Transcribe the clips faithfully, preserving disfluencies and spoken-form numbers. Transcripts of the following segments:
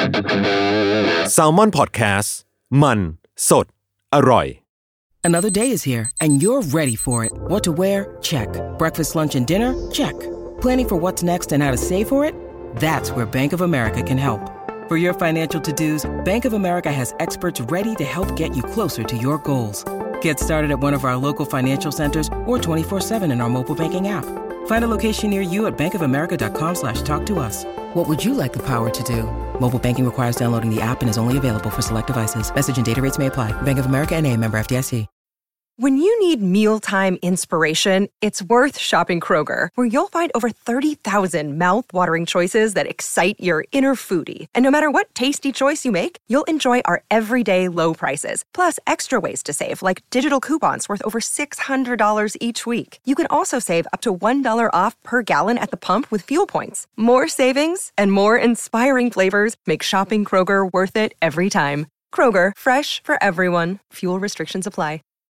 Salmon Podcast มันสดอร่อย Another day is here and you're ready for it. What to wear? Check. Breakfast, lunch and dinner? Check. Planning for what's next and how to save for it? That's where Bank of America can help. For your financial to-dos, Bank of America has experts ready to help get you closer to your goals. Get started at one of our local financial centers or twenty-four seven in our mobile banking app. Find a location near you at bankofamerica.com slash talk to us. What would you like the power to do? Mobile banking requires downloading the app and is only available for select devices. Message and data rates may apply. Bank of America N A, member F D I C. When you need mealtime inspiration, it's worth shopping Kroger, where you'll find over thirty thousand mouth-watering choices that excite your inner foodie. And no matter what tasty choice you make, you'll enjoy our everyday low prices, plus extra ways to save, like digital coupons worth over six hundred dollars each week. You can also save up to one dollar off per gallon at the pump with fuel points. More savings and more inspiring flavors make shopping Kroger worth it every time. Kroger, fresh for everyone. Fuel restrictions apply.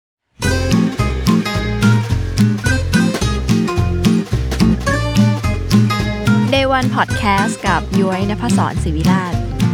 Day วัน Podcast กับย้อยณภศร ศิวิราช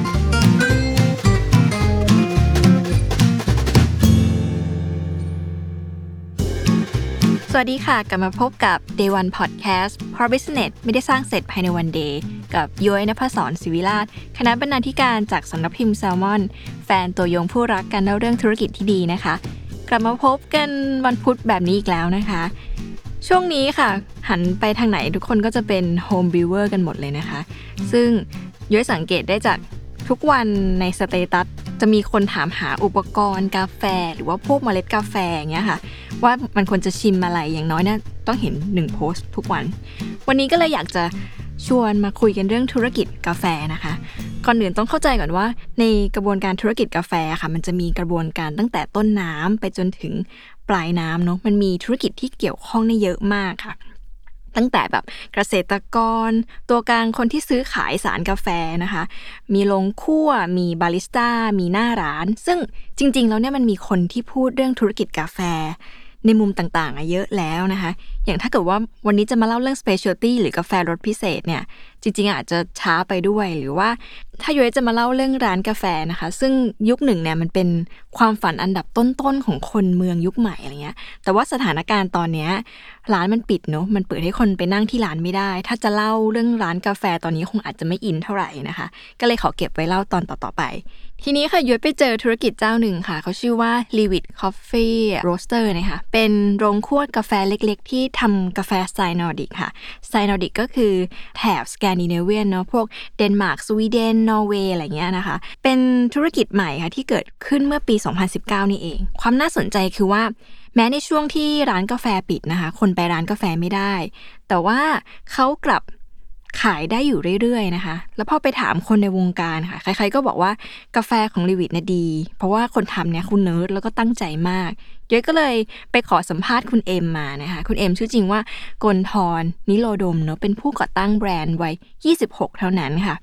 สวัสดีค่ะกลับมาพบกับ Day วัน Podcast เพราะ Business ไม่ได้สร้างเสร็จภายในวัน Day กับย้อยณภศร ศิวิราชคณะบรรณาธิการจากสำนักพิมพ์ Salmon แฟนตัวยงผู้รักการเล่าเรื่องธุรกิจที่ดีนะคะกลับมาพบกันวันพุธแบบนี้อีกแล้วนะคะช่วงนี้ค่ะหันไปทางไหนทุกคนก็จะเป็น Home Brewer กันหมดเลยนะคะซึ่งย้อยสังเกตได้จากทุกวันในสเตตัสจะมีคนถามหาอุปกรณ์กาแฟหรือว่าพวกเมล็ดกาแฟอย่างเงี้ยค่ะว่ามันควรจะชิมอะไรอย่างน้อยเนี่ยต้องเห็นหนึ่งโพสต์ทุกวันวันนี้ก็เลยอยากจะชวนมาคุยกันเรื่องธุรกิจกาแฟนะคะก่อนอื่นต้องเข้าใจก่อนว่าในกระบวนการธุรกิจกาแฟค่ะมันจะมีกระบวนการตั้งแต่ต้นน้ำไปจนถึงปลายน้ำเนาะมันมีธุรกิจที่เกี่ยวข้องเนี่ยเยอะมากค่ะตั้งแต่แบบเกษตรกรตัวกลางคนที่ซื้อขายสารกาแฟนะคะมีโรงคั่วมีบาริสต้ามีหน้าร้านซึ่งจริงๆแล้วเนี่ยมันมีคนที่พูดเรื่องธุรกิจกาแฟในมุมต่างๆเยอะแล้วนะคะอย่างถ้าเกิดว่าวันนี้จะมาเล่าเรื่อง specialty หรือกาแฟรสพิเศษเนี่ยจริงๆอาจจะช้าไปด้วยหรือว่าถ้าย้อยจะมาเล่าเรื่องร้านกาแฟนะคะซึ่งยุคหนึ่งเนี่ยมันเป็นความฝันอันดับต้นๆของคนเมืองยุคใหม่อะไรเงี้ยแต่ว่าสถานการณ์ตอนเนี้ยร้านมันปิดเนาะมันเปิดให้คนไปนั่งที่ร้านไม่ได้ถ้าจะเล่าเรื่องร้านกาแฟตอนนี้คงอาจจะไม่อินเท่าไหร่นะคะก็เลยขอเก็บไว้เล่าตอนต่อๆไปทีนี้ค่ะย้อยไปเจอธุรกิจเจ้าหนึ่งค่ะเขาชื่อว่า Leavitt Coffee Roaster นะคะเป็นโรงคั่วกาแฟเล็กๆที่ทำกาแฟสไตล์นอร์ดิกค่ะสไตล์นอร์ดิกก็คือแถบสแกนดิเนเวียนเนาะพวกเดนมาร์กสวีเดนนอร์เวย์อะไรเงี้ยนะคะเป็นธุรกิจใหม่ค่ะที่เกิดขึ้นเมื่อปีสองพันสิบเก้านี่เองความน่าสนใจคือว่าแม้ในช่วงที่ร้านกาแฟปิดนะคะคนไปร้านกาแฟไม่ได้แต่ว่าเขากลับขายได้อยู่เรื่อยๆนะคะแล้วพอไปถามคนในวงการค่ะใครๆก็บอกว่ากาแฟของ Leavitt เนี่ยดีเพราะว่าคนทำเนี่ยคุณเนิร์ดแล้วก็ตั้งใจมากย้อยก็เลยไปขอสัมภาษณ์คุณเอ็มมานะคะคุณเอ็มชื่อจริงว่ากลธรนิโรดมเนาะเป็นผู้ก่อตั้งแบรนด์วัยยี่สิบหกเท่านั้นค่ะ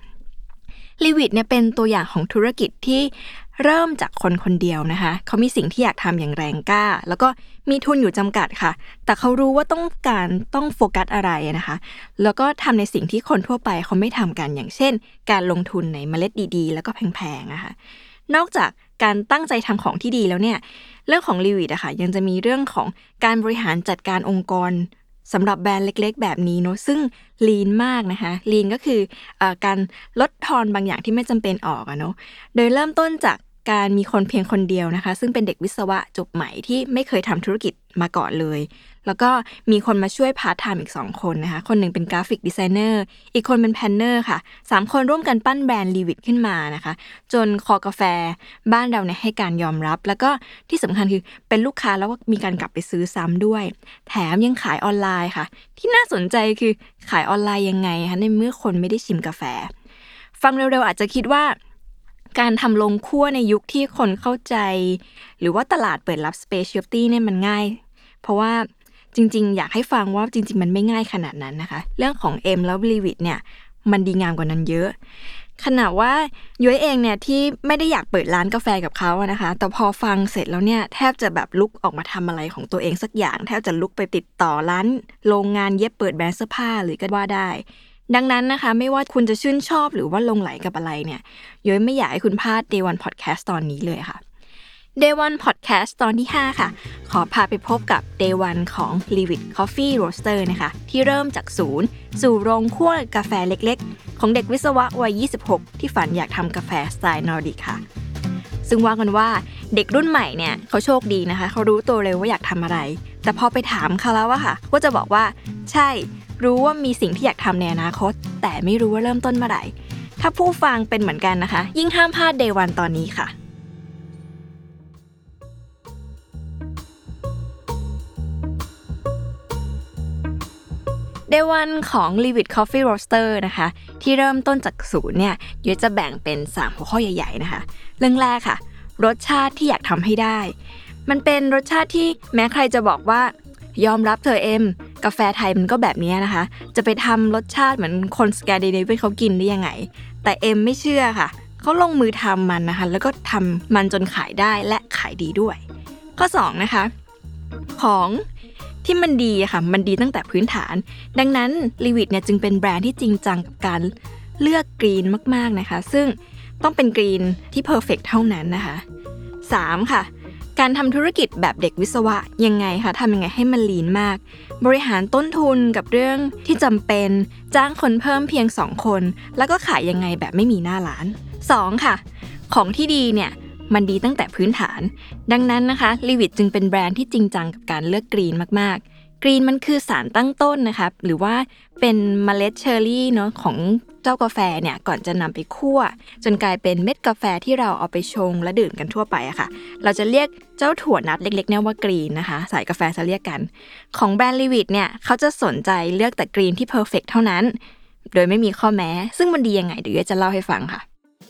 Leavitt เนี่ยเป็นตัวอย่างของธุรกิจที่เริ่มจากคนคนเดียวนะคะเขามีสิ่งที่อยากทำอย่างแรงกล้าแล้วก็มีทุนอยู่จำกัดค่ะแต่เขารู้ว่าต้องการต้องโฟกัสอะไรนะคะแล้วก็ทำในสิ่งที่คนทั่วไปเขาไม่ทำกันอย่างเช่นการลงทุนในเมล็ดดีๆแล้วก็แพงๆนะคะนอกจากการตั้งใจทำของที่ดีแล้วเนี่ยเรื่องของ Leavitt อะค่ะยังจะมีเรื่องของการบริหารจัดการองค์กรสำหรับแบรนด์เล็กๆแบบนี้เนาะซึ่ง lean มากนะคะ lean ก็คือเอ่อการลดทอนบางอย่างที่ไม่จำเป็นออกอะเนาะโดยเริ่มต้นจากการมีคนเพียงคนเดียวนะคะซึ่งเป็นเด็กวิศวะจบใหม่ที่ไม่เคยทำธุรกิจมาก่อนเลยแล้วก็มีคนมาช่วยพาร์ทไทม์อีกสองคนนะคะคนหนึ่งเป็นกราฟิกดีไซเนอร์อีกคนเป็นแพลนเนอร์ค่ะสามคนร่วมกันปั้นแบรนด์ Leavitt ขึ้นมานะคะจนคอกาแฟบ้านเราเนี่ยให้การยอมรับแล้วก็ที่สำคัญคือเป็นลูกค้าแล้วก็มีการกลับไปซื้อซ้ำด้วยแถมยังขายออนไลน์ค่ะที่น่าสนใจคือขายออนไลน์ยังไงคะในเมื่อคนไม่ได้ชิมกาแฟฟังเร็วๆอาจจะคิดว่าการทำโรงคั่วในยุคที่คนเข้าใจหรือว่าตลาดเปิดรับ specialty เนี่ยมันง่ายเพราะว่าจริงๆอยากให้ฟังว่าจริงๆมันไม่ง่ายขนาดนั้นนะคะเรื่องของ M แล้ว Leavitt เนี่ยมันดีงามกว่านั้นเยอะขนาดว่าย้อยเองเนี่ยที่ไม่ได้อยากเปิดร้านกาแฟกับเขาอะนะคะแต่พอฟังเสร็จแล้วเนี่ยแทบจะแบบลุกออกมาทำอะไรของตัวเองสักอย่างแทบจะลุกไปติดต่อร้านโรงงานเย็บเปิดแบรนด์เสื้อผ้าหรือก็ว่าได้ดังนั้นนะคะไม่ว่าคุณจะชื่นชอบหรือว่าลงไหลกับอะไรเนี่ยย้อยไม่อยากให้คุณพลาด Day วัน Podcast ตอนนี้เลยค่ะ Day วัน Podcast ตอนที่ห้าค่ะขอพาไปพบกับ Day วันของ Liwit Coffee Roaster นะคะที่เริ่มจากศูนย์สู่โรงคั่วกาแฟเล็กๆของเด็กวิศวะวัยยี่สิบหกที่ฝันอยากทำกาแฟสไตล์นอร์ดิกค่ะซึ่งว่ากันว่าเด็กรุ่นใหม่เนี่ยเขาโชคดีนะคะเขารู้ตัวเร็วว่าอยากทำอะไรแต่พอไปถามเขาแล้วอะค่ะก็จะบอกว่าใช่รู้ว่ามีสิ่งที่อยากทำในอนาคตแต่ไม่รู้ว่าเริ่มต้นเมื่อไหร่ถ้าผู้ฟังเป็นเหมือนกันนะคะยิ่งห้ามพลาด Day วัน ตอนนี้ค่ะ Day วัน ของ Liwit Coffee Roaster นะคะที่เริ่มต้นจากศูนย์เนี่ยย้อยจะแบ่งเป็นสามหัวข้อใหญ่ๆนะคะเรื่องแรกค่ะรสชาติที่อยากทำให้ได้มันเป็นรสชาติที่แม้ใครจะบอกว่ายอมรับเธอเอ็มกาแฟไทยมันก็แบบนี้นะคะจะไปทำรสชาติเหมือนคนสแกนดิเนเวียนเขากินได้ยังไงแต่เอ็มไม่เชื่อค่ะเขาลงมือทำมันนะคะแล้วก็ทำมันจนขายได้และขายดีด้วยข้อสองนะคะของที่มันดีค่ะมันดีตั้งแต่พื้นฐานดังนั้น Liwit เนี่ยจึงเป็นแบรนด์ที่จริงจังกับการเลือกกรีนมากๆนะคะซึ่งต้องเป็นกรีนที่เพอร์เฟคเท่านั้นนะคะสามค่ะการทำธุรกิจแบบเด็กวิศวะยังไงคะทำยังไงให้มันลีนมากบริหารต้นทุนกับเรื่องที่จำเป็นจ้างคนเพิ่มเพียงสองคนแล้วก็ขายยังไงแบบไม่มีหน้าร้านสองค่ะของที่ดีเนี่ยมันดีตั้งแต่พื้นฐานดังนั้นนะคะ Liwit จึงเป็นแบรนด์ที่จริงจังกับการเลือกกรีนมากๆกรีนมันคือสารตั้งต้นนะคะหรือว่าเป็นเมล็ดเชอร์รี่เนาะของเจ้ากาแฟเนี่ยก่อนจะนำไปคั่วจนกลายเป็นเม็ดกาแฟที่เราเอาไปชงและดื่มกันทั่วไปอะค่ะเราจะเรียกเจ้าถั่วนัทเล็กๆเนี่ยว่ากรีนนะคะสายกาแฟจะเรียกกันของแบรนด์ Liwit เนี่ยเขาจะสนใจเลือกแต่กรีนที่เพอร์เฟคเท่านั้นโดยไม่มีข้อแม้ซึ่งมันดียังไงเดี๋ยวจะเล่าให้ฟังค่ะ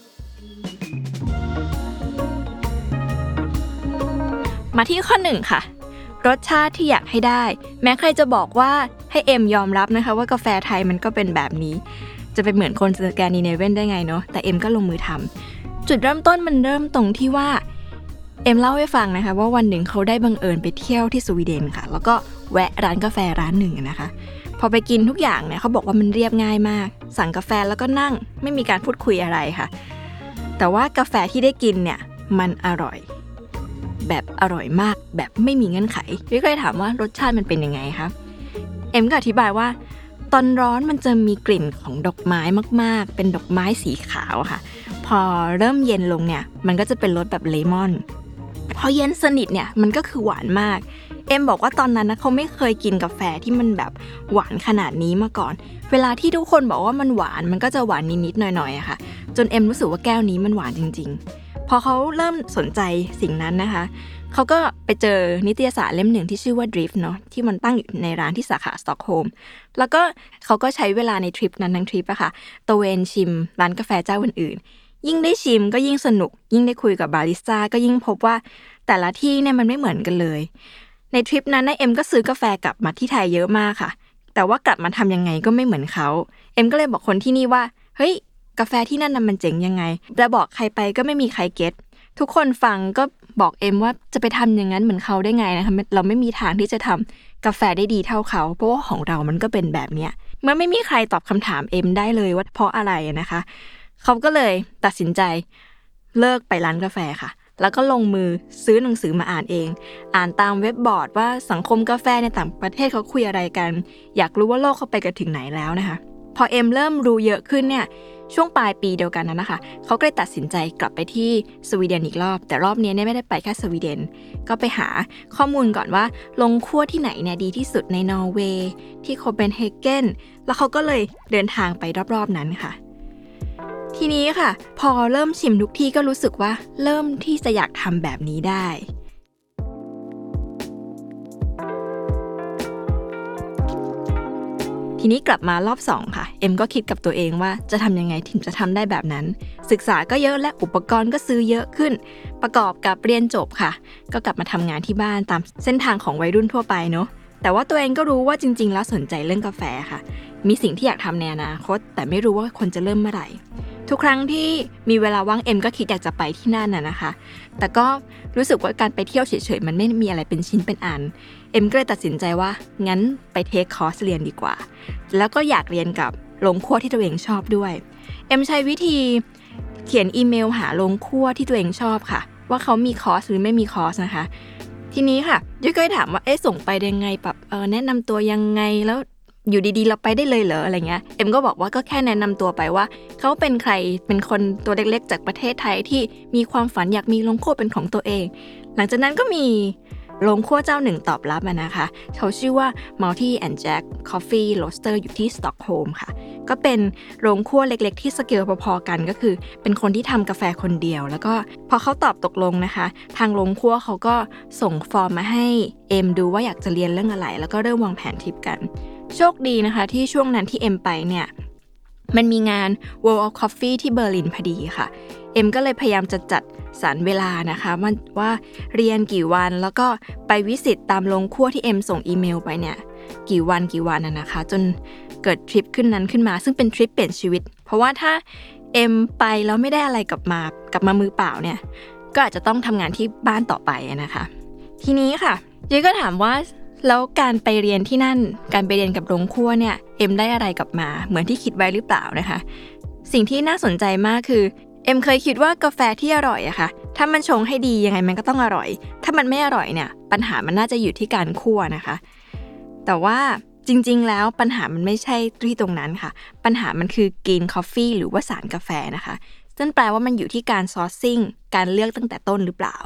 มาที่ข้อหนึ่งค่ะรสชาติที่อยากให้ได้แม้ใครจะบอกว่าให้เอ็มยอมรับนะคะว่ากาแฟไทยมันก็เป็นแบบนี้จะเป็นเหมือนคนสแกนดิเนเวียนได้ไงเนาะแต่เอ็มก็ลงมือทำจุดเริ่มต้นมันเริ่มตรงที่ว่าเอ็มเล่าให้ฟังนะคะว่าวันหนึ่งเขาได้บังเอิญไปเที่ยวที่สวีเดนค่ะแล้วก็แวะร้านกาแฟร้านหนึ่งนะคะพอไปกินทุกอย่างเนี่ยเขาบอกว่ามันเรียบง่ายมากสั่งกาแฟแล้วก็นั่งไม่มีการพูดคุยอะไรค่ะแต่ว่ากาแฟที่ได้กินเนี่ยมันอร่อยแบบอร่อยมากแบบไม่มีเงื่อนไขพี่เคยถามว่ารสชาติมันเป็นยังไงคะเอ็มก็อธิบายว่าตอนร้อนมันจะมีกลิ่นของดอกไม้มากๆเป็นดอกไม้สีขาวค่ะพอเริ่มเย็นลงเนี่ยมันก็จะเป็นรสแบบเลมอนพอเย็นสนิทเนี่ยมันก็คือหวานมากเอ็มบอกว่าตอนนั้นนะเขาไม่เคยกินกาแฟที่มันแบบหวานขนาดนี้มาก่อนเวลาที่ทุกคนบอกว่ามันหวานมันก็จะหวานนิดๆหน่อยๆอะค่ะจนเอ็มรู้สึกว่าแก้วนี้มันหวานจริงๆพอเขาเริ่มสนใจสิ่งนั้นนะคะเขาก็ไปเจอนิตยสารเล่มหนึ่งที่ชื่อว่า Drift เนาะที่มันตั้งอยู่ในร้านที่สาขาสต็อกโฮล์มแล้วก็เขาก็ใช้เวลาในทริปนั้นทั้งทริปอะค่ะตะเวนชิมร้านกาแฟเจ้าอื่นๆยิ่งได้ชิมก็ยิ่งสนุกยิ่งได้คุยกับบาริสต้าก็ยิ่งพบว่าแต่ละที่เนี่ยมันไม่เหมือนกันเลยในทริปนั้นนะเอ็มก็ซื้อกาแฟกลับมาที่ไทยเยอะมากค่ะแต่ว่ากลับมาทำยังไงก็ไม่เหมือนเขาเอ็มก็เลยบอกคนที่นี่ว่าเฮ้ยกาแฟที่นั่นน่ะมันเจ๋งยังไงแต่บอกใครไปก็ไม่มีใครเก็ตทุกคนฟังก็บอกเอ็มว่าจะไปทำอย่างนั้นเหมือนเขาได้ไงนะคะเราไม่มีทางที่จะทำกาแฟได้ดีเท่าเขาเพราะว่าของเรามันก็เป็นแบบเนี้ยเมื่อไม่มีใครตอบคำถามเอ็มได้เลยว่าเพราะอะไรนะคะเขาก็เลยตัดสินใจเลิกไปร้านกาแฟค่ะแล้วก็ลงมือซื้อหนังสือมาอ่านเองอ่านตามเว็บบอร์ดว่าสังคมกาแฟในต่างประเทศเขาคุยอะไรกันอยากรู้ว่าโลกเขาไปกันถึงไหนแล้วนะคะพอเอ็มเริ่มรู้เยอะขึ้นเนี่ยช่วงปลายปีเดียวกันนั้นนะคะเขาก็เลยตัดสินใจกลับไปที่สวีเดนอีกรอบแต่รอบนี้เนี่ยไม่ได้ไปแค่สวีเดนก็ไปหาข้อมูลก่อนว่าลงคั่วที่ไหนเนี่ยดีที่สุดในนอร์เวย์ที่โคเปนเฮเกนแล้วเขาก็เลยเดินทางไปรอบๆนั้นค่ะทีนี้ค่ะพอเริ่มชิมทุกที่ก็รู้สึกว่าเริ่มที่จะอยากทำแบบนี้ได้ทีนี้กลับมารอบสองค่ะเอ็มก็คิดกับตัวเองว่าจะทำยังไงถึงจะทำได้แบบนั้นศึกษาก็เยอะและอุปกรณ์ก็ซื้อเยอะขึ้นประกอบกับเรียนจบค่ะก็กลับมาทำงานที่บ้านตามเส้นทางของวัยรุ่นทั่วไปเนาะแต่ว่าตัวเองก็รู้ว่าจริงๆแล้วสนใจเรื่องกาแฟค่ะมีสิ่งที่อยากทำในอนาคตแต่ไม่รู้ว่าควรจะเริ่มเมื่อไหร่ทุกครั้งที่มีเวลาว่างเอ็มก็คิดอยากจะไปที่นั่นน่ะนะคะแต่ก็รู้สึกว่าการไปเที่ยวเฉยๆมันไม่มีอะไรเป็นชิ้นเป็นอันเอ็มก็เลยตัดสินใจว่างั้นไปเทคคอร์สเรียนดีกว่าแล้วก็อยากเรียนกับโรงคั่วที่ตัวเองชอบด้วยเอ็มใช้วิธีเขียนอีเมลหาโรงคั่วที่ตัวเองชอบค่ะว่าเขามีคอร์สหรือไม่มีคอร์สนะคะทีนี้ค่ะยุ้ยก็ถามว่าเอ๊ะส่งไปยังไงแบบเออแนะนำตัวยังไงแล้วอยู่ดีๆเราไปได้เลยเหรออะไรเงี้ยเอ็มก็บอกว่าก็แค่แนะนำตัวไปว่าเขาเป็นใครเป็นคนตัวเล็กๆจากประเทศไทยที่มีความฝันอยากมีโรงคั่วเป็นของตัวเองหลังจากนั้นก็มีโรงคั่วเจ้าหนึ่งตอบรับมานะคะเขาชื่อว่า Multi and Jack Coffee Roaster อยู่ที่สต็อกโฮล์มค่ะก็เป็นโรงคั่วเล็กๆที่สเกลพอๆกันก็คือเป็นคนที่ทำกาแฟคนเดียวแล้วก็พอเขาตอบตกลงนะคะทางโรงคั่วเขาก็ส่งฟอร์มมาให้เอ็มดูว่าอยากจะเรียนเรื่องอะไรแล้วก็เริ่มวางแผนทริปกันโชคดีนะคะที่ช่วงนั้นที่เอ็มไปเนี่ยมันมีงาน World of Coffee ที่เบอร์ลินพอดีค่ะเอ็มก็เลยพยายามจะจัดสรรเวลานะคะมันว่าเรียนกี่วันแล้วก็ไปวิสิตตามโรงคั่วที่เอ็มส่งอีเมลไปเนี่ยกี่วันกี่วันน่ะนะคะจนเกิดทริปขึ้นนั้นขึ้นมาซึ่งเป็นทริปเปลี่ยนชีวิตเพราะว่าถ้าเอ็มไปแล้วไม่ได้อะไรกลับมากลับมามือเปล่าเนี่ยก็อาจจะต้องทำงานที่บ้านต่อไปนะคะทีนี้ค่ะยุ้ยก็ถามว่าแล้วการไปเรียนที่นั่นการไปเรียนกับโรงคั่วเนี่ยเอ็มได้อะไรกลับมาเหมือนที่คิดไว้หรือเปล่านะคะสิ่งที่น่าสนใจมากคือเอ็มเคยคิดว่ากาแฟที่อร่อยอะค่ะถ้ามันชงให้ดียังไงมันก็ต้องอร่อยถ้ามันไม่อร่อยเนี่ยปัญหามันน่าจะอยู่ที่การคั่วนะคะแต่ว่าจริงๆแล้วปัญหามันไม่ใช่ที่ตรงนั้นค่ะปัญหามันคือกรีนคอฟฟี่หรือว่าสารกาแฟนะคะซึ่งแปลว่ามันอยู่ที่การซอร์ซิ่งการเลือกตั้งแต่ต้นหรือเปล่า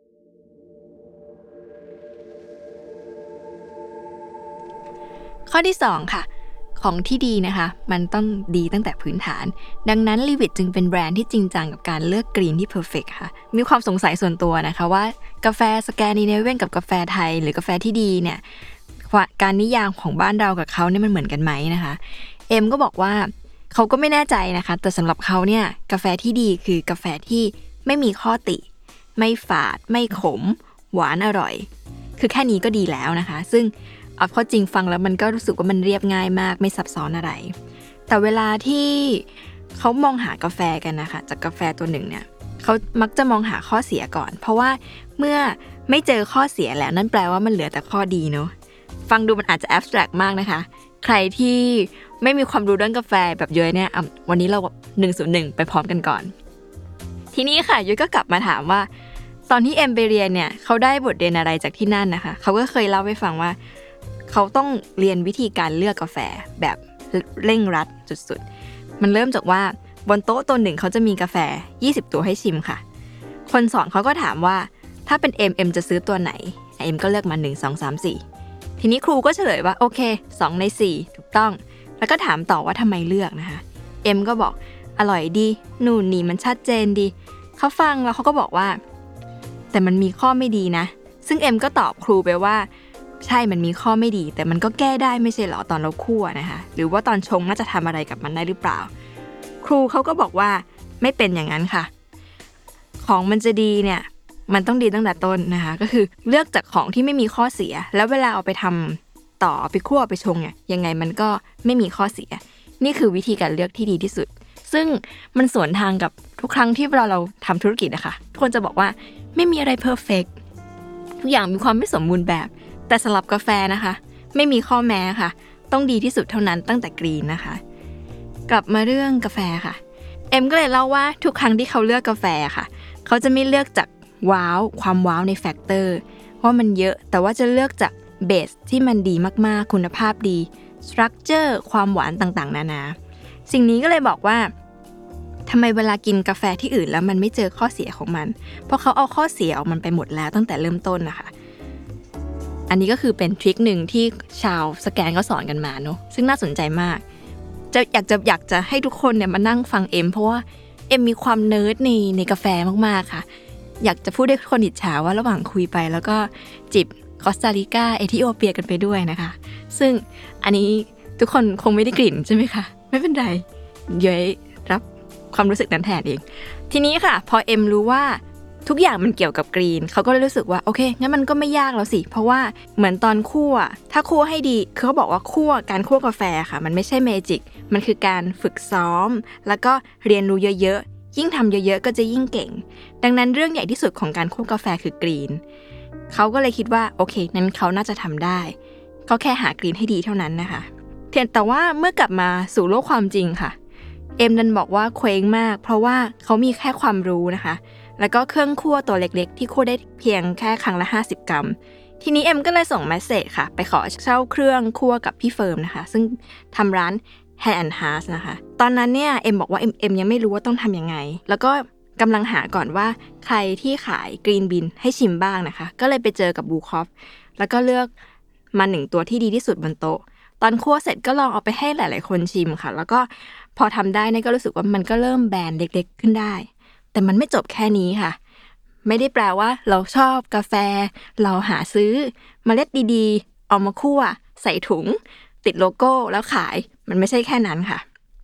ข้อที่สองค่ะของที่ดีนะคะมันต้องดีตั้งแต่พื้นฐานดังนั้น Liwit จึงเป็นแบรนด์ที่จริงจังกับการเลือกกรีนที่เพอร์เฟคค่ะมีความสงสัยส่วนตัวนะคะว่ากาแฟสแกนดิเนเวียนกับกาแฟไทยหรือกาแฟที่ดีเนี่ยการนิยามของบ้านเรากับเขาเนี่ยมันเหมือนกันไหมนะคะเอ็มก็บอกว่าเขาก็ไม่แน่ใจนะคะแต่สำหรับเขาเนี่ยกาแฟที่ดีคือกาแฟที่ไม่มีข้อติไม่ฝาดไม่ขมหวานอร่อยคือแค่นี้ก็ดีแล้วนะคะซึ่งเอาข้อจริงฟังแล้วมันก็รู้สึกว่ามันเรียบง่ายมากไม่ซับซ้อนอะไรแต่เวลาที่เขามองหากาแฟกันนะคะจากกาแฟตัวหนึ่งเนี่ยเขามักจะมองหาข้อเสียก่อนเพราะว่าเมื่อไม่เจอข้อเสียแล้วนั่นแปลว่ามันเหลือแต่ข้อดีเนาะฟังดูมันอาจจะแอบสแตรกมากนะคะใครที่ไม่มีความรู้เรื่องกาแฟแบบเยอะเนี่ยวันนี้เราหนึ่งศูนย์หนึ่งไปพร้อมกันก่อนทีนี้ค่ะยุ้ยก็กลับมาถามว่าตอนที่เอ็มไปเรียนเนี่ยเขาได้บทเรียนอะไรจากที่นั่นนะคะเขาก็เคยเล่าให้ฟังว่าเขาต้องเรียนวิธีการเลือกกาแฟแบบเร่งรัดสุดๆมันเริ่มจากว่าบนโต๊ะตัวหนึ่งเขาจะมีกาแฟยี่สิบตัวให้ชิมค่ะคนสอนเขาก็ถามว่าถ้าเป็นเอ็มเอ็มจะซื้อตัวไหนเอ็มก็เลือกมาหนึ่ง สอง สาม สี่ทีนี้ครูก็เฉลยว่าโอเคสองในสี่ถูกต้องแล้วก็ถามต่อว่าทำไมเลือกนะคะเอ็มก็บอกอร่อยดีนู่นนี่มันชัดเจนดีเขาฟังแล้วเขาก็บอกว่าแต่มันมีข้อไม่ดีนะซึ่งเอ็มก็ตอบครูไปว่าใช่มันมีข้อไม่ดีแต่มันก็แก้ได้ไม่ใช่หรอตอนเราคั่วนะคะหรือว่าตอนชงน่าจะทำอะไรกับมันได้หรือเปล่าครูเขาก็บอกว่าไม่เป็นอย่างนั้นค่ะของมันจะดีเนี่ยมันต้องดีตั้งแต่ต้นนะคะก็คือเลือกจากของที่ไม่มีข้อเสียแล้วเวลาเอาไปทำต่อไปคั่วไปชงเนี่ยยังไงมันก็ไม่มีข้อเสียนี่คือวิธีการเลือกที่ดีที่สุดซึ่งมันสวนทางกับทุกครั้งที่เราเราทำธุรกิจนะคะทุกคนจะบอกว่าไม่มีอะไรเพอร์เฟกต์ทุกอย่างมีความไม่สมบูรณ์แบบแต่สำหรับกาแฟนะคะไม่มีข้อแม้ค่ะต้องดีที่สุดเท่านั้นตั้งแต่กรีนนะคะกลับมาเรื่องกาแฟค่ะเอ็มก็เลยเล่าว่าทุกครั้งที่เขาเลือกกาแฟค่ะเขาจะไม่เลือกจากว้าวความว้าวในแฟกเตอร์ว่ามันเยอะแต่ว่าจะเลือกจากเบสที่มันดีมากๆคุณภาพดีสตรัคเจอร์ความหวานต่างๆนานาสิ่งนี้ก็เลยบอกว่าทำไมเวลากินกาแฟที่อื่นแล้วมันไม่เจอข้อเสียของมันเพราะเขาเอาข้อเสียออกมันไปหมดแล้วตั้งแต่เริ่มต้นนะคะอันนี้ก็คือเป็นทริคหนึ่งที่ชาวสแกนเขาสอนกันมาเนาะซึ่งน่าสนใจมากจะอยากจะอยากจะให้ทุกคนเนี่ยมานั่งฟังเอ็มเพราะว่าเอ็มมีความเนิร์ดในในกาแฟมากๆค่ะอยากจะพูดให้ทุกคนอิจฉาว่าระหว่างคุยไปแล้วก็จิบคอสตาริกาเอธิโอเปียกันไปด้วยนะคะซึ่งอันนี้ทุกคนคงไม่ได้กลิ่นใช่ไหมคะไม่เป็นไรย้อยรับความรู้สึกนั้นแทนเองทีนี้ค่ะพอเอ็มรู้ว่าทุกอย่างมันเกี่ยวกับกรีนเขาก็เลยรู้สึกว่าโอเคงั้นมันก็ไม่ยากแล้วสิเพราะว่าเหมือนตอนคั่วถ้าคั่วให้ดีคือเขาบอกว่าคั่วการคั่วกาแฟค่ะมันไม่ใช่เมจิกมันคือการฝึกซ้อมแล้วก็เรียนรู้เยอะๆยิ่งทำเยอะๆก็จะยิ่งเก่งดังนั้นเรื่องใหญ่ที่สุดของการคั่วกาแฟคือกรีนเขาก็เลยคิดว่าโอเคนั้นเขาน่าจะทำได้เขาแค่หากรีนให้ดีเท่านั้นนะคะเทียนแต่ว่าเมื่อกลับมาสู่โลกความจริงค่ะเอ็มดันบอกว่าเคว้งมากเพราะว่าเขามีแค่ความรู้นะคะแล้วก็เครื่องคั่วตัวเล็กๆที่คั่วได้เพียงแค่ครั้งละห้าสิบกรัมทีนี้เอ็มก็เลยส่งเมสเสจค่ะไปขอเช่าเครื่องคั่วกับพี่เฟิร์มนะคะซึ่งทำร้าน Hand and Heart นะคะตอนนั้นเนี่ยเอ็มบอกว่าเอ็มเอ็มยังไม่รู้ว่าต้องทำยังไงแล้วก็กำลังหาก่อนว่าใครที่ขายกรีนบินให้ชิมบ้างนะคะก็เลยไปเจอกับบูคอฟแล้วก็เลือกมาหนึ่งตัวที่ดีที่สุดบนโต๊ะตอนคั่วเสร็จก็ลองเอาไปให้หลายๆคนชิมค่ะแล้วก็พอทำได้เนี่ยก็รู้สึกว่ามันก็เริ่มแบนเล็กๆขึ้นได้แต่มันไม่จบแค่นี้ค่ะไม่ได้แปลว่าเราชอบกาแฟเราหาซื้อเมล็ดดีๆเอามาคั่วใส่ถุงติดโลโก้แล้วขายมันไม่ใช่แค่นั้นค่ะ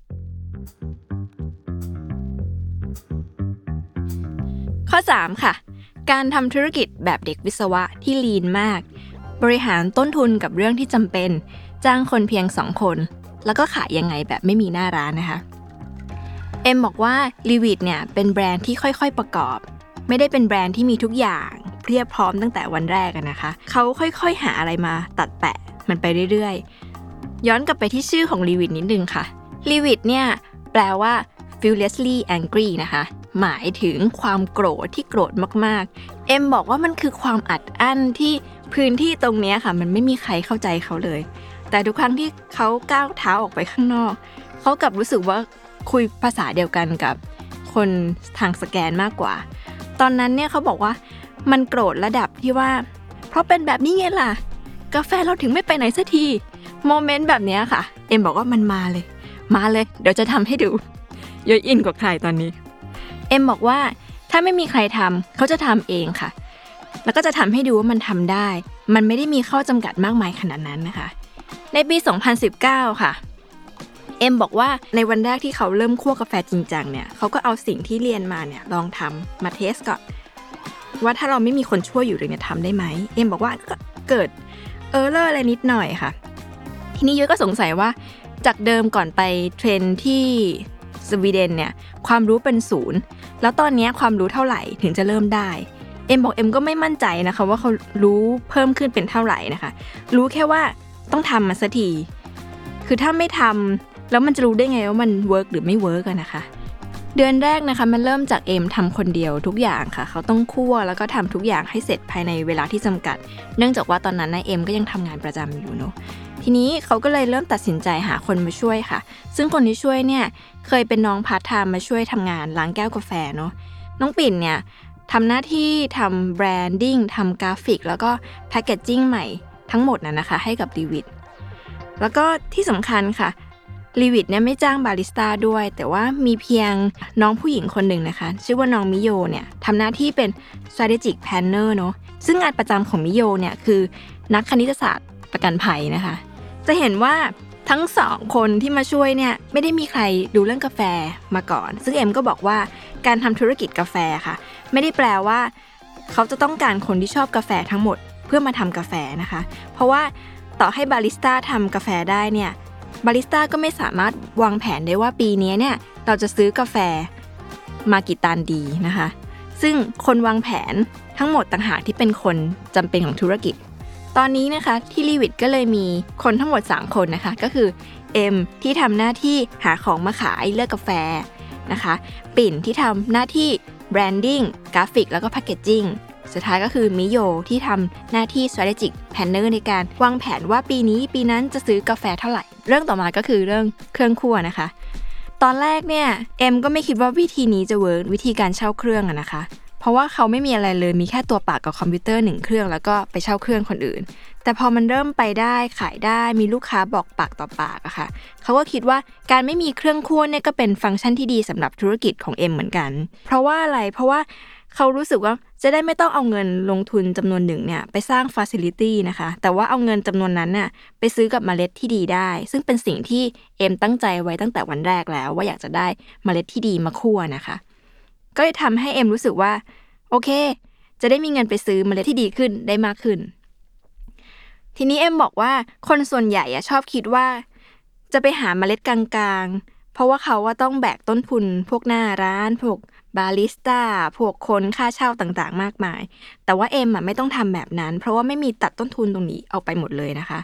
ข้อสามค่ะการทำธุรกิจแบบเด็กวิศวะที่ลีนมากบริหารต้นทุนกับเรื่องที่จำเป็นจ้างคนเพียงสองคนแล้วก็ขายยังไงแบบไม่มีหน้าร้านนะคะเอ็มบอกว่าลีวิทเนี่ยเป็นแบรนด์ที่ค่อยๆประกอบไม่ได้เป็นแบรนด์ที่มีทุกอย่างเพียบพร้อมตั้งแต่วันแรกนะคะเขาค่อยๆหาอะไรมาตัดแปะมันไปเรื่อยๆย้อนกลับไปที่ชื่อของลีวิทนิดนึงค่ะลีวิทเนี่ยแปลว่า furiously angry นะคะหมายถึงความโกรธที่โกรธมากๆเอ็มบอกว่ามันคือความอัดอั้นที่พื้นที่ตรงนี้ค่ะมันไม่มีใครเข้าใจเขาเลยแต่ทุกครั้งที่เขาก้าวเท้าออกไปข้างนอกเขากลับรู้สึกว่าคุยภาษาเดียวกันกับคนทางสแกนมากกว่าตอนนั้นเนี่ยเขาบอกว่ามันโกรธระดับที่ว่าเพราะเป็นแบบนี้ไงล่ะกาแฟเราถึงไม่ไปไหนสักทีโมเมนต์แบบนี้ค่ะเอ็มบอกว่ามันมาเลยมาเลยเดี๋ยวจะทำให้ดูเยอะอินกว่าใครตอนนี้เอ็มบอกว่าถ้าไม่มีใครทำเขาจะทำเองค่ะแล้วก็จะทำให้ดูว่ามันทำได้มันไม่ได้มีข้อจำกัดมากมายขนาดนั้นนะคะในปีสองพันสิบเก้าค่ะเอ็มบอกว่าในวันแรกที่เขาเริ่มคั่วกาแฟจริงจังเนี่ยเขาก็เอาสิ่งที่เรียนมาเนี่ยลองทำมาเทสก่อนว่าถ้าเราไม่มีคนช่วยอยู่เลยเนี่ยทำได้ไหมเอ็มบอกว่าก็เกิดเออร์เลอร์อะไรนิดหน่อยค่ะทีนี้ยุ้ยก็สงสัยว่าจากเดิมก่อนไปเทรนที่สวีเดนเนี่ยความรู้เป็นศูนย์แล้วตอนนี้ความรู้เท่าไหร่ถึงจะเริ่มได้เอ็มบอกเอ็มก็ไม่มั่นใจนะคะว่าเขารู้เพิ่มขึ้นเป็นเท่าไหร่นะคะรู้แค่ว่าต้องทำมันสักทีคือถ้าไม่ทำแล้วมันจะรู้ได้ไงว่ามันเวิร์กหรือไม่เวิร์กอะนะคะเดือนแรกนะคะมันเริ่มจากเอ็มทำคนเดียวทุกอย่างค่ะเขาต้องคั่วแล้วก็ทำทุกอย่างให้เสร็จภายในเวลาที่จำกัดเนื่องจากว่าตอนนั้นนายเอ็มก็ยังทำงานประจำอยู่เนาะทีนี้เขาก็เลยเริ่มตัดสินใจหาคนมาช่วยค่ะซึ่งคนที่ช่วยเนี่ยเคยเป็นน้องพาร์ทไทม์มาช่วยทำงานล้างแก้วกาแฟเนาะน้องปิ่นเนี่ยทำหน้าที่ทำแบรนดิ้งทำกราฟิกแล้วก็แพคเกจจิ้งใหม่ทั้งหมดน่ะนะคะให้กับลีวิทแล้วก็ที่สำคัญค่ะลีวิทเนี่ยไม่จ้างบาริสต้าด้วยแต่ว่ามีเพียงน้องผู้หญิงคนหนึ่งนะคะชื่อว่าน้องมิโยเนี่ยทำหน้าที่เป็น strategic planner เนาะซึ่งงานประจำของมิโยเนี่ยคือนักคณิตศาสตร์ประกันภัยนะคะจะเห็นว่าทั้งสองคนที่มาช่วยเนี่ยไม่ได้มีใครดูเรื่องกาแฟมาก่อนซึ่งเอ็มก็บอกว่าการทำธุรกิจกาแฟค่ะไม่ได้แปลว่าเขาจะต้องการคนที่ชอบกาแฟทั้งหมดเพื่อมาทำกาแฟนะคะเพราะว่าต่อให้บาริสต้าทำกาแฟได้เนี่ยบาริสต้าก็ไม่สามารถวางแผนได้ว่าปีนี้เนี่ยเราจะซื้อกาแฟมากี่ตันดีนะคะซึ่งคนวางแผนทั้งหมดต่างหากที่เป็นคนจำเป็นของธุรกิจตอนนี้นะคะที่ลีวิทก็เลยมีคนทั้งหมดสามคนนะคะก็คือเอ็มที่ทำหน้าที่หาของมาขายเลือกกาแฟนะคะปิ่นที่ทำหน้าที่แบรนดิ้งกราฟิกแล้วก็แพคเกจจิ้งสุดท้ายก็คือมิโยที่ทำหน้าที่ strategic planner ในการวางแผนว่าปีนี้ปีนั้นจะซื้อกาแฟเท่าไหร่เรื่องต่อมาก็คือเรื่องเครื่องคั่วนะคะตอนแรกเนี่ยเอ็มก็ไม่คิดว่าวิธีนี้จะเวิร์กวิธีการเช่าเครื่องอะนะคะเพราะว่าเขาไม่มีอะไรเลยมีแค่ตัวปากกับคอมพิวเตอร์หนึ่งเครื่องแล้วก็ไปเช่าเครื่องคนอื่นแต่พอมันเริ่มไปได้ขายได้มีลูกค้าบอกปากต่อปากอะค่ะเขาก็คิดว่าการไม่มีเครื่องคั่วเนี่ยก็เป็นฟังก์ชันที่ดีสำหรับธุรกิจของเอ็มเหมือนกันเพราะว่าอะไรเพราะว่าเขารู้สึกว่าจะได้ไม่ต้องเอาเงินลงทุนจำนวนหนึ่งเนี่ยไปสร้างฟาซิลิตี้นะคะแต่ว่าเอาเงินจำนวนนั้นน่ะไปซื้อกับเมล็ดที่ดีได้ซึ่งเป็นสิ่งที่เอ็มตั้งใจไว้ตั้งแต่วันแรกแล้วว่าอยากจะได้เมล็ดที่ดีมาคั่วนะคะก็เลยทำให้เอ็มรู้สึกว่าโอเคจะได้มีเงินไปซื้อเมล็ดที่ดีขึ้นได้มากขึ้นทีนี้เอ็มบอกว่าคนส่วนใหญ่อะชอบคิดว่าจะไปหาเมล็ดกลางๆเพราะว่าเขาว่าต้องแบกต้นทุนพวกหน้าร้านพวกบาริสต้าพวกคนค่าเช่าต่างๆมากมายแต่ว่าเอ็มอ่ะไม่ต้องทำแบบนั้นเพราะว่าไม่มีตัดต้นทุนตรงนี้เอาไปหมดเลยนะคะ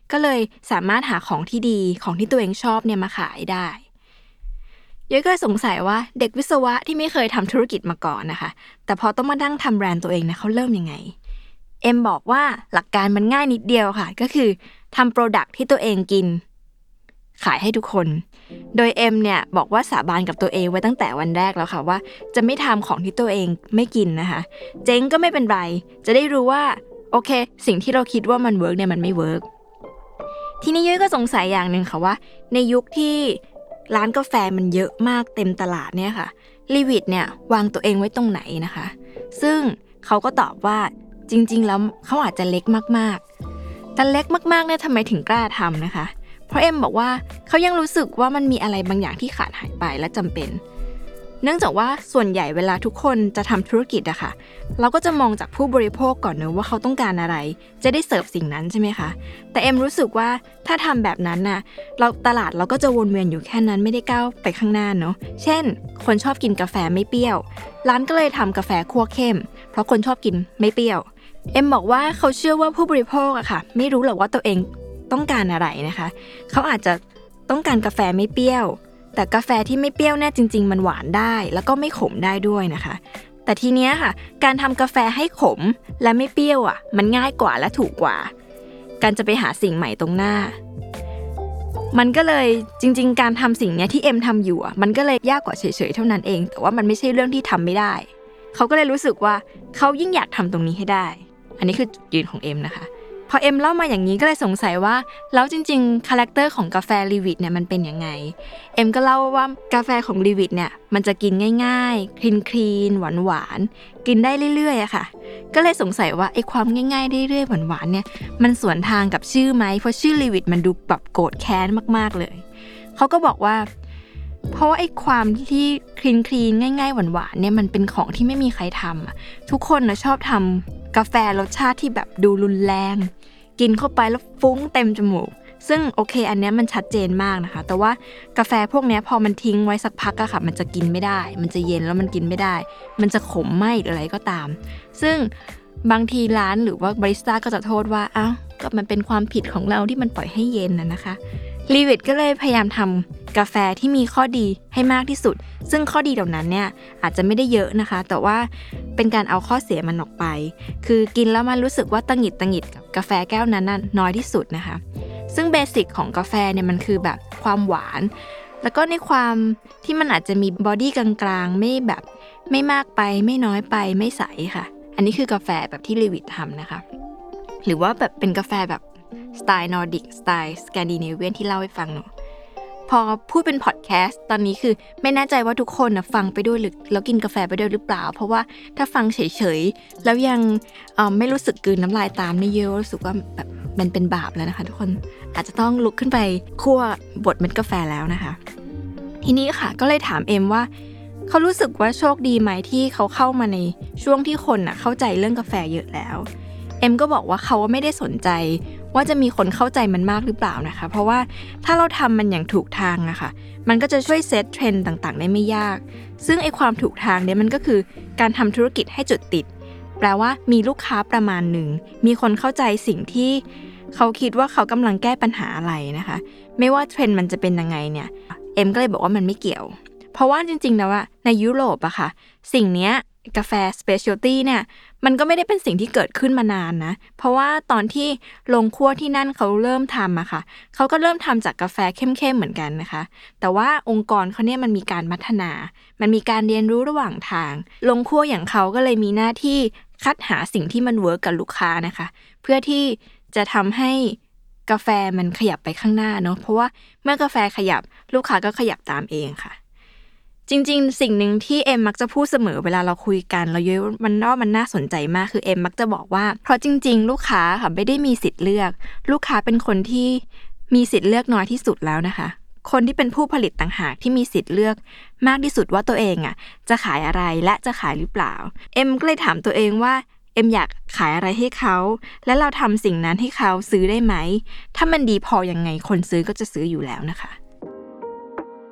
ก็เลยสามารถหาของที่ดีของที่ตัวเองชอบเนี่ยมาขายได้ย้อยก็สงสัยว่าเด็กวิศวะที่ไม่เคยทำธุรกิจมาก่อนนะคะแต่พอต้องมาดั้งทำแบรนด์ตัวเองเนี่ยเขาเริ่มยังไงเอ็มบอกว่าหลักการมันง่ายนิดเดียวค่ะก็คือทำโปรดักต์ที่ตัวเองกินขายให้ทุกคนโดยเอ็มเนี่ยบอกว่าสาบานกับตัวเองไว้ตั้งแต่วันแรกแล้วค่ะว่าจะไม่ทำของที่ตัวเองไม่กินนะคะเจ๊งก็ไม่เป็นไรจะได้รู้ว่าโอเคสิ่งที่เราคิดว่ามันเวิร์กเนี่ยมันไม่เวิร์กทีนี้ย้อยก็สงสัยอย่างนึงค่ะว่าในยุคที่ร้านกาแฟมันเยอะมากเต็มตลาดเนี่ยค่ะลีวิทเนี่ยวางตัวเองไว้ตรงไหนนะคะซึ่งเขาก็ตอบว่าจริงๆแล้วเขาอาจจะเล็กมากๆแต่เล็กมากๆเนี่ยทำไมถึงกล้าทำนะคะเพราะเอ็มบอกว่าเขายังรู้สึกว่ามันมีอะไรบางอย่างที่ขาดหายไปและจำเป็นเนื่องจากว่าส่วนใหญ่เวลาทุกคนจะทำธุรกิจอะค่ะเราก็จะมองจากผู้บริโภคก่อนเนอะว่าเขาต้องการอะไรจะได้เสิร์ฟสิ่งนั้นใช่ไหมคะแต่เอ็มรู้สึกว่าถ้าทำแบบนั้นน่ะเราตลาดเราก็จะวนเวียนอยู่แค่นั้นไม่ได้ก้าวไปข้างหน้าเนอะเช่นคนชอบกินกาแฟไม่เปรี้ยวร้านก็เลยทำกาแฟคั่วเข้มเพราะคนชอบกินไม่เปรี้ยวเอ็มบอกว่าเขาเชื่อว่าผู้บริโภคอะค่ะไม่รู้หรอกว่าตัวเองต้องการอะไรนะคะเขาอาจจะต้องการกาแฟไม่เปรี้ยวแต่กาแฟที่ไม่เปรี้ยวแน่จริงๆมันหวานได้แล้วก็ไม่ขมได้ด้วยนะคะแต่ทีเนี้ยค่ะการทำกาแฟให้ขมและไม่เปรี้ยวอ่ะมันง่ายกว่าและถูกกว่าการจะไปหาสิ่งใหม่ตรงหน้ามันก็เลยจริงๆการทำสิ่งเนี้ยที่เอ็มทำอยู่อ่ะมันก็เลยยากกว่าเฉยๆเท่านั้นเองแต่ว่ามันไม่ใช่เรื่องที่ทำไม่ได้เขาก็เลยรู้สึกว่าเขายิ่งอยากทำตรงนี้ให้ได้อันนี้คือจุดยืนของเอ็มนะคะพอเอ็มเล่ามาอย่างนี้ก็เลยสงสัยว่าแล้วจริงๆคาแรคเตอร์ของกาแฟลีวิทเนี่ยมันเป็นยังไงเอ็มก็เล่าว่ากาแฟของลีวิทเนี่ยมันจะกินง่ายๆคลีนๆหวานๆกินได้เรื่อยๆอะค่ะก็เลยสงสัยว่าไอ้ความง่ายๆเรื่อยๆหวานๆเนี่ยมันสวนทางกับชื่อไหมเพราะชื่อลีวิทมันดูแบบโกรธแค้นมากๆเลยเขาก็บอกว่าเพราะว่าไอ้ความที่คลีนๆง่ายๆหวานๆเนี่ยมันเป็นของที่ไม่มีใครทำอะทุกคนนะชอบทำกาแฟรสชาติที่แบบดูรุนแรงกินเข้าไปแล้วฟุ้งเต็มจมูกซึ่งโอเคอันเนี้ยมันชัดเจนมากนะคะแต่ว่ากาแฟพวกเนี้ยพอมันทิ้งไว้สักพักอะค่ะมันจะกินไม่ได้มันจะเย็นแล้วมันกินไม่ได้มันจะขมไหมหรืออะไรก็ตามซึ่งบางทีร้านหรือว่าบาริสต้าก็จะโทษว่าอ้าวก็มันเป็นความผิดของเราที่มันปล่อยให้เย็นน่ะนะคะลีวิทก็เลยพยายามทำกาแฟที่มีข้อดีให้มากที่สุดซึ่งข้อดีเหล่านั้นเนี่ยอาจจะไม่ได้เยอะนะคะแต่ว่าเป็นการเอาข้อเสียมันออกไปคือกินแล้วมันรู้สึกว่าตังหงิดตังหงิดกับกาแฟแก้วนั้นน่ะน้อยที่สุดนะคะซึ่งเบสิกของกาแฟเนี่ยมันคือแบบความหวานแล้วก็ในความที่มันอาจจะมีบอดี้กลางๆไม่แบบไม่มากไปไม่น้อยไปไม่ใสค่ะอันนี้คือกาแฟแบบที่ลีวิททำนะคะหรือว่าแบบเป็นกาแฟแบบสไตล์นอร์ดิกสไตล์สแกนดิเนเวียนที่เล่าให้ฟังเนาะพอพูดเป็นพอดแคสต์ตอนนี้คือไม่แน่ใจว่าทุกคนนะฟังไปด้วยหรือแล้วกินกาแฟไปด้วยหรือเปล่าเพราะว่าถ้าฟังเฉยๆแล้วยังเอ่อไม่รู้สึกกลืนน้ำลายตามนี่เยอะรู้สึกว่าแบบมันเป็นบาปแล้วนะคะทุกคนอาจจะต้องลุกขึ้นไปคั่วบดเม็ดกาแฟแล้วนะคะทีนี้ค่ะก็เลยถามเอ็มว่าเขารู้สึกว่าโชคดีไหมที่เขาเข้ามาในช่วงที่คนน่ะเข้าใจเรื่องกาแฟเยอะแล้วเอ็มก็บอกว่าเขาไม่ได้สนใจว่าจะมีคนเข้าใจมันมากหรือเปล่านะคะเพราะว่าถ้าเราทำมันอย่างถูกทางอะค่ะมันก็จะช่วยเซตเทรนด์ต่างๆได้ไม่ยากซึ่งไอ้ความถูกทางเนี่ยมันก็คือการทำธุรกิจให้จุดติดแปลว่ามีลูกค้าประมาณหนึ่งมีคนเข้าใจสิ่งที่เขาคิดว่าเขากำลังแก้ปัญหาอะไรนะคะไม่ว่าเทรนด์มันจะเป็นยังไงเนี่ยเอ็มก็เลยบอกว่ามันไม่เกี่ยวเพราะว่าจริงๆแล้วอะในยุโรปอะค่ะสิ่งเนี้ยกาแฟ specialty เนี่ยมันก็ไม่ได้เป็นสิ่งที่เกิดขึ้นมานานนะเพราะว่าตอนที่ลงคั่วที่นั่นเขาเริ่มทำอะค่ะเขาก็เริ่มทำจากกาแฟเข้มๆเหมือนกันนะคะแต่ว่าองค์กรเขาเนี่ยมันมีการพัฒนามันมีการเรียนรู้ระหว่างทางลงคั่วอย่างเขาก็เลยมีหน้าที่คัดหาสิ่งที่มันเวิร์กกับลูกค้านะคะเพื่อที่จะทำให้กาแฟมันขยับไปข้างหน้าเนาะเพราะว่าเมื่อกาแฟขยับลูกค้าก็ขยับตามเองค่ะจริงๆสิ่งหนึ่งที่เอ็มมักจะพูดเสมอเวลาเราคุยกันเราเยอะมันว่ามันน่าสนใจมากคือเอ็มมักจะบอกว่าเพราะจริงๆลูกค้าค่ะไม่ได้มีสิทธิ์เลือกลูกค้าเป็นคนที่มีสิทธิ์เลือกน้อยที่สุดแล้วนะคะคนที่เป็นผู้ผลิตต่างหากที่มีสิทธิ์เลือกมากที่สุดว่าตัวเองอ่ะจะขายอะไรและจะขายหรือเปล่าเอ็มก็เลยถามตัวเองว่าเอ็มอยากขายอะไรให้เขาและเราทำสิ่งนั้นให้เขาซื้อได้ไหมถ้ามันดีพอยังไงคนซื้อก็จะซื้ออยู่แล้วนะคะ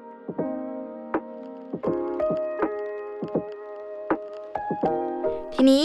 ทีนี้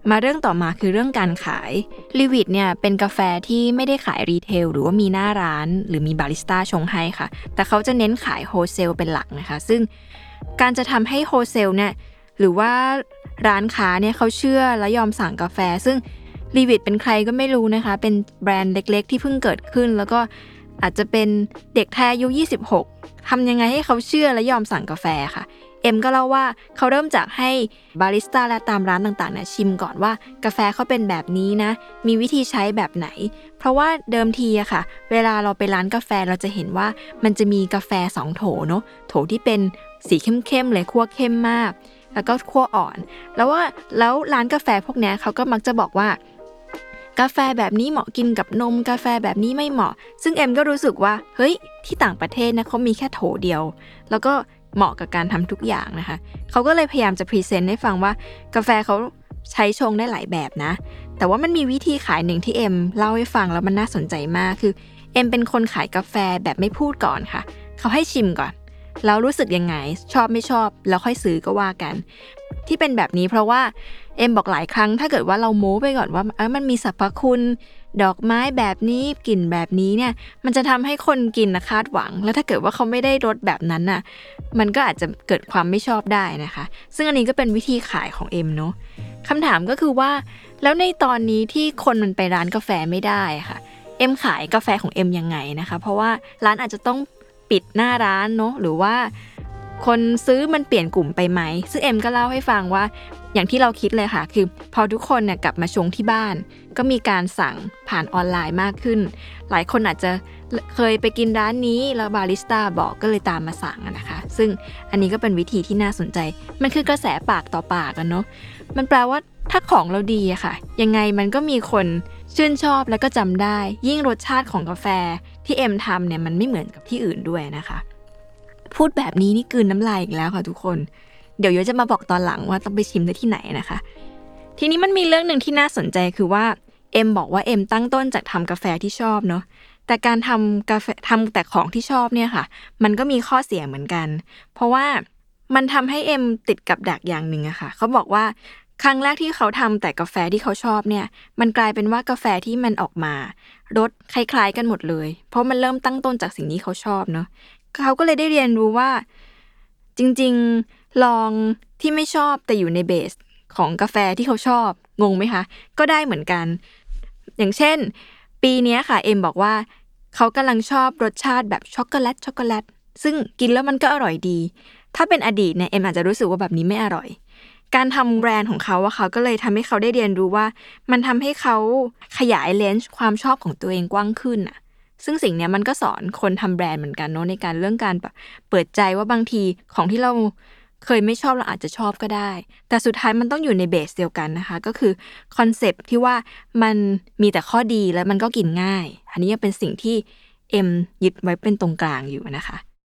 มาเรื่องต่อมาคือเรื่องการขายลีวิตเนี่ยเป็นกาแฟที่ไม่ได้ขายรีเทลหรือว่ามีหน้าร้านหรือมีบาริสต้าชงให้ค่ะแต่เขาจะเน้นขายโฮลเซลเป็นหลักนะคะซึ่งการจะทำให้โฮลเซลเนี่ยหรือว่าร้านค้าเนี่ยเขาเชื่อและยอมสั่งกาแฟซึ่งลีวิตเป็นใครก็ไม่รู้นะคะเป็นแบรนด์เล็กๆที่เพิ่งเกิดขึ้นแล้วก็อาจจะเป็นเด็กไทยอายุยี่สิบหกทำยังไงให้เขาเชื่อและยอมสั่งกาแฟค่ะเอ็มก็เล่าว่าเขาเริ่มจากให้บาริสต้าและตามร้านต่างๆเนี่ยชิมก่อนว่ากาแฟเขาเป็นแบบนี้นะมีวิธีใช้แบบไหนเพราะว่าเดิมทีอะค่ะเวลาเราไปร้านกาแฟเราจะเห็นว่ามันจะมีกาแฟสองโถเนาะโถที่เป็นสีเข้มๆเลยคั่วเข้มมากแล้วก็คั่วอ่อนแล้วว่าแล้วร้านกาแฟพวกนี้เขาก็มักจะบอกว่ากาแฟแบบนี้เหมาะกินกับนมกาแฟแบบนี้ไม่เหมาะซึ่งเอ็มก็รู้สึกว่าเฮ้ยที่ต่างประเทศนะเขามีแค่โถเดียวแล้วก็เหมาะกับการทำทุกอย่างนะคะเขาก็เลยพยายามจะพรีเซนต์ให้ฟังว่ากาแฟเขาใช้ชงได้หลายแบบนะแต่ว่ามันมีวิธีขายหนึ่งที่เอ็มเล่าให้ฟังแล้วมันน่าสนใจมากคือเอ็มเป็นคนขายกาแฟแบบไม่พูดก่อนค่ะเขาให้ชิมก่อนแล้วรู้สึกยังไงชอบไม่ชอบแล้วค่อยซื้อก็ว่ากันที่เป็นแบบนี้เพราะว่าเอ็มบอกหลายครั้งถ้าเกิดว่าเราโม้ไปก่อนว่าเออมันมีสรรพคุณดอกไม้แบบนี้กลิ่นแบบนี้เนี่ยมันจะทำให้คนกินนะคาดหวังแล้วถ้าเกิดว่าเขาไม่ได้รสแบบนั้นน่ะมันก็อาจจะเกิดความไม่ชอบได้นะคะซึ่งอันนี้ก็เป็นวิธีขายของเอ็มเนาะคำถามก็คือว่าแล้วในตอนนี้ที่คนมันไปร้านกาแฟไม่ได้ค่ะเอ็มขายกาแฟของเอ็มยังไงนะคะเพราะว่าร้านอาจจะต้องปิดหน้าร้านเนาะหรือว่าคนซื้อมันเปลี่ยนกลุ่มไปไหมซึ่งเอ็มก็เล่าให้ฟังว่าอย่างที่เราคิดเลยค่ะคือพอทุกคนเนี่ยกลับมาชงที่บ้านก็มีการสั่งผ่านออนไลน์มากขึ้นหลายคนอาจจะเคยไปกินร้านนี้แล้วบาริสต้าบอกก็เลยตามมาสั่งนะคะซึ่งอันนี้ก็เป็นวิธีที่น่าสนใจมันคือกระแสปากต่อปากกันเนาะมันแปลว่าถ้าของเราดีอะค่ะยังไงมันก็มีคนชื่นชอบแล้วก็จำได้ยิ่งรสชาติของกาแฟที่เอ็มทำเนี่ยมันไม่เหมือนกับที่อื่นด้วยนะคะพูดแบบนี้นี่กลืนน้ำลายอีกแล้วค่ะทุกคนเดี๋ยวย้อยจะมาบอกตอนหลังว่าต้องไปชิมได้ที่ไหนนะคะทีนี้มันมีเรื่องนึงที่น่าสนใจคือว่าเอ็มบอกว่าเอ็มตั้งต้นจากทำกาแฟที่ชอบเนาะแต่การทำกาแฟทำแต่ของที่ชอบเนี่ยค่ะมันก็มีข้อเสียเหมือนกันเพราะว่ามันทำให้เอ็มติดกับดักอย่างนึงอะค่ะเขาบอกว่าครั้งแรกที่เขาทำแต่กาแฟที่เขาชอบเนี่ยมันกลายเป็นว่ากาแฟที่มันออกมารสคล้ายๆกันหมดเลยเพราะมันเริ่มตั้งต้นจากสิ่งที่เขาชอบเนาะเขาก็เลยได้เรียนรู้ว่าจริงๆลองที่ไม่ชอบแต่อยู่ในเบสของกาแฟที่เขาชอบงงไหมคะก็ได้เหมือนกันอย่างเช่นปีนี้ค่ะเอ็มบอกว่าเขากำลังชอบรสชาติแบบช็อกโกแลตช็อกโกแลตซึ่งกินแล้วมันก็อร่อยดีถ้าเป็นอดีตเนี่ยเอ็มอาจจะรู้สึกว่าแบบนี้ไม่อร่อยการทำแบรนด์ของเขาอะเขาก็เลยทำให้เขาได้เรียนรู้ว่ามันทำให้เขาขยายเลนส์ความชอบของตัวเองกว้างขึ้นอะซึ่งสิ่งนี้มันก็สอนคนทำแบรนด์เหมือนกันเนาะในการเรื่องการแบบเปิดใจว่าบางทีของที่เราเคยไม่ชอบเราอาจจะชอบก็ได้แต่สุดท้ายมันต้องอยู่ในเบสเดียวกันนะคะก็คือคอนเซปต์ที่ว่ามันมีแต่ข้อดีและมันก็กินง่ายอันนี้เป็นสิ่งที่เอ็มยึดไว้เป็นตรงกลางอยู่นะคะ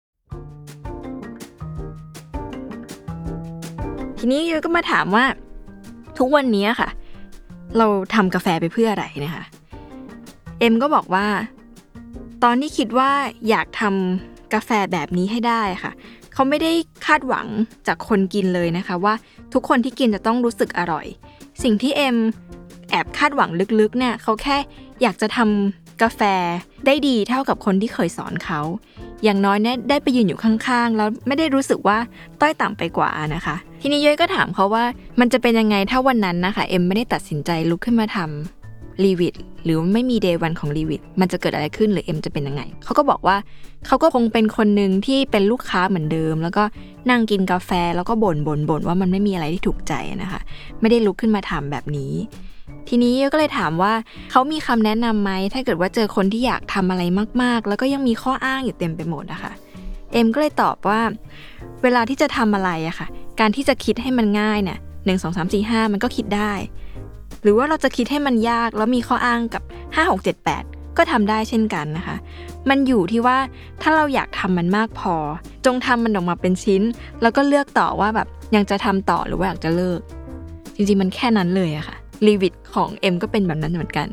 ทีนี้ยูก็มาถามว่าทุกวันนี้ค่ะเราทำกาแฟไปเพื่ออะไรนะคะเอ็มก็บอกว่าตอนที่คิดว่าอยากทำกาแฟแบบนี้ให้ได้ค่ะเขาไม่ได้คาดหวังจากคนกินเลยนะคะว่าทุกคนที่กินจะต้องรู้สึกอร่อยสิ่งที่เอ็มแอบคาดหวังลึกๆเนี่ยเขาแค่อยากจะทำกาแฟได้ดีเท่ากับคนที่เคยสอนเขาอย่างน้อยเนี่ยได้ไปยืนอยู่ข้างๆแล้วไม่ได้รู้สึกว่าต้อยต่ำไปกว่านะคะทีนี้ย้อยก็ถามเขาว่ามันจะเป็นยังไงถ้าวันนั้นนะคะเอ็มไม่ได้ตัดสินใจลุกขึ้นมาทำลีวิตหรือไม่มีเดย์วันของลีวิตมันจะเกิดอะไรขึ้นหรือเอ็มจะเป็นยังไงเขาก็บอกว่าเขาก็คงเป็นคนนึงที่เป็นลูกค้าเหมือนเดิมแล้วก็นั่งกินกาแฟแล้วก็บ่นบ่นบ่นว่ามันไม่มีอะไรที่ถูกใจนะคะไม่ได้ลุกขึ้นมาทำแบบนี้ทีนี้ก็เลยถามว่าเขามีคำแนะนำไหมถ้าเกิดว่าเจอคนที่อยากทำอะไรมากๆแล้วก็ยังมีข้ออ้างอยู่เต็มไปหมดนะคะเอ็มก็เลยตอบว่าเวลาที่จะทำอะไรอะค่ะการที่จะคิดให้มันง่ายเนี่ยหนึ่ง สอง สาม สี่ ห้ามันก็คิดได้หรือว่าเราจะคิดให้มันยากแล้วมีข้ออ้างกับห้า หก เจ็ด แปดก็ทำได้เช่นกันนะคะมันอยู่ที่ว่าถ้าเราอยากทำมันมากพอจงทำมันออกมาเป็นชิ้นแล้วก็เลือกต่อว่าแบบยังจะทำต่อหรือว่าอยากจะเลิกจริงๆมันแค่นั้นเลยอะค่ะลีวิตของเอ็มก็เป็นแบบนั้นเหมือนกัน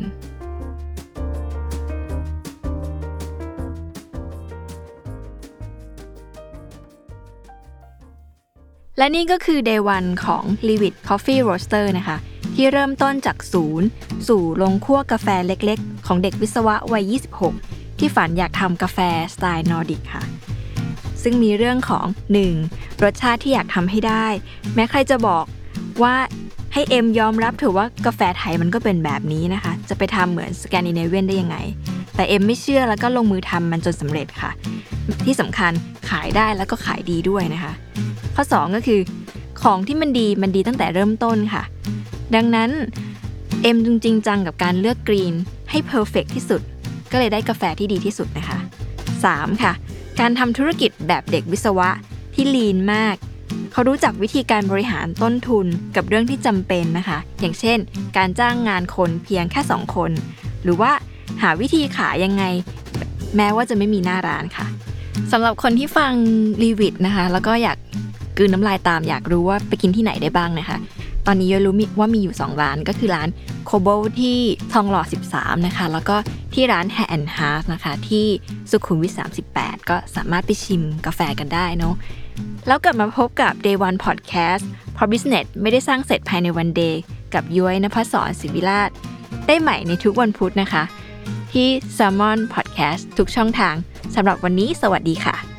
และนี่ก็คือ Day วันของ Leavitt Coffee Roaster นะคะที่เริ่มต้นจากศูนย์สู่โรงคั่วกาแฟเล็กๆของเด็กวิศวะวัยยี่สิบหกที่ฝันอยากทำกาแฟสไตล์นอร์ดิกค่ะซึ่งมีเรื่องของ หนึ่ง รสชาติที่อยากทำให้ได้แม้ใครจะบอกว่าให้เอ็มยอมรับถือว่ากาแฟไทยมันก็เป็นแบบนี้นะคะจะไปทำเหมือนสแกนดิเนเวียนได้ยังไงแต่เอ็มไม่เชื่อแล้วก็ลงมือทำมันจนสำเร็จค่ะที่สำคัญขายได้แล้วก็ขายดีด้วยนะคะข้อสองก็คือของที่มันดีมันดีตั้งแต่เริ่มต้นค่ะดังนั้นเอ็มจริงจังกับการเลือกกรีนให้เพอร์เฟกต์ที่สุดก็เลยได้กาแฟที่ดีที่สุดนะคะสามค่ะการทำธุรกิจแบบเด็กวิศวะที่ลีนมากเขารู้จักวิธีการบริหารต้นทุนกับเรื่องที่จำเป็นนะคะอย่างเช่นการจ้างงานคนเพียงแค่สองคนหรือว่าหาวิธีขายยังไงแม้ว่าจะไม่มีหน้าร้านค่ะสำหรับคนที่ฟังรีวิวนะคะแล้วก็อยากกลืนน้ำลายตามอยากรู้ว่าไปกินที่ไหนได้บ้างนะคะตอนนี้ยรู้ว่ามีอยู่สองร้านก็คือร้านโคโบที่ทองหล่อสิบสามนะคะแล้วก็ที่ร้าน Hair and Heart นะคะที่สุขุมวิทสามสิบแปดก็สามารถไปชิมกาแฟกันได้เนาะแล้วกลับมาพบกับ Day วัน Podcast เพราะ Business ไม่ได้สร้างเสร็จภายในวัน Day กับย้อยณภศร ศิวิราชได้ใหม่ในทุกวันพุธนะคะที่ Salmon Podcast ทุกช่องทางสำหรับวันนี้สวัสดีค่ะ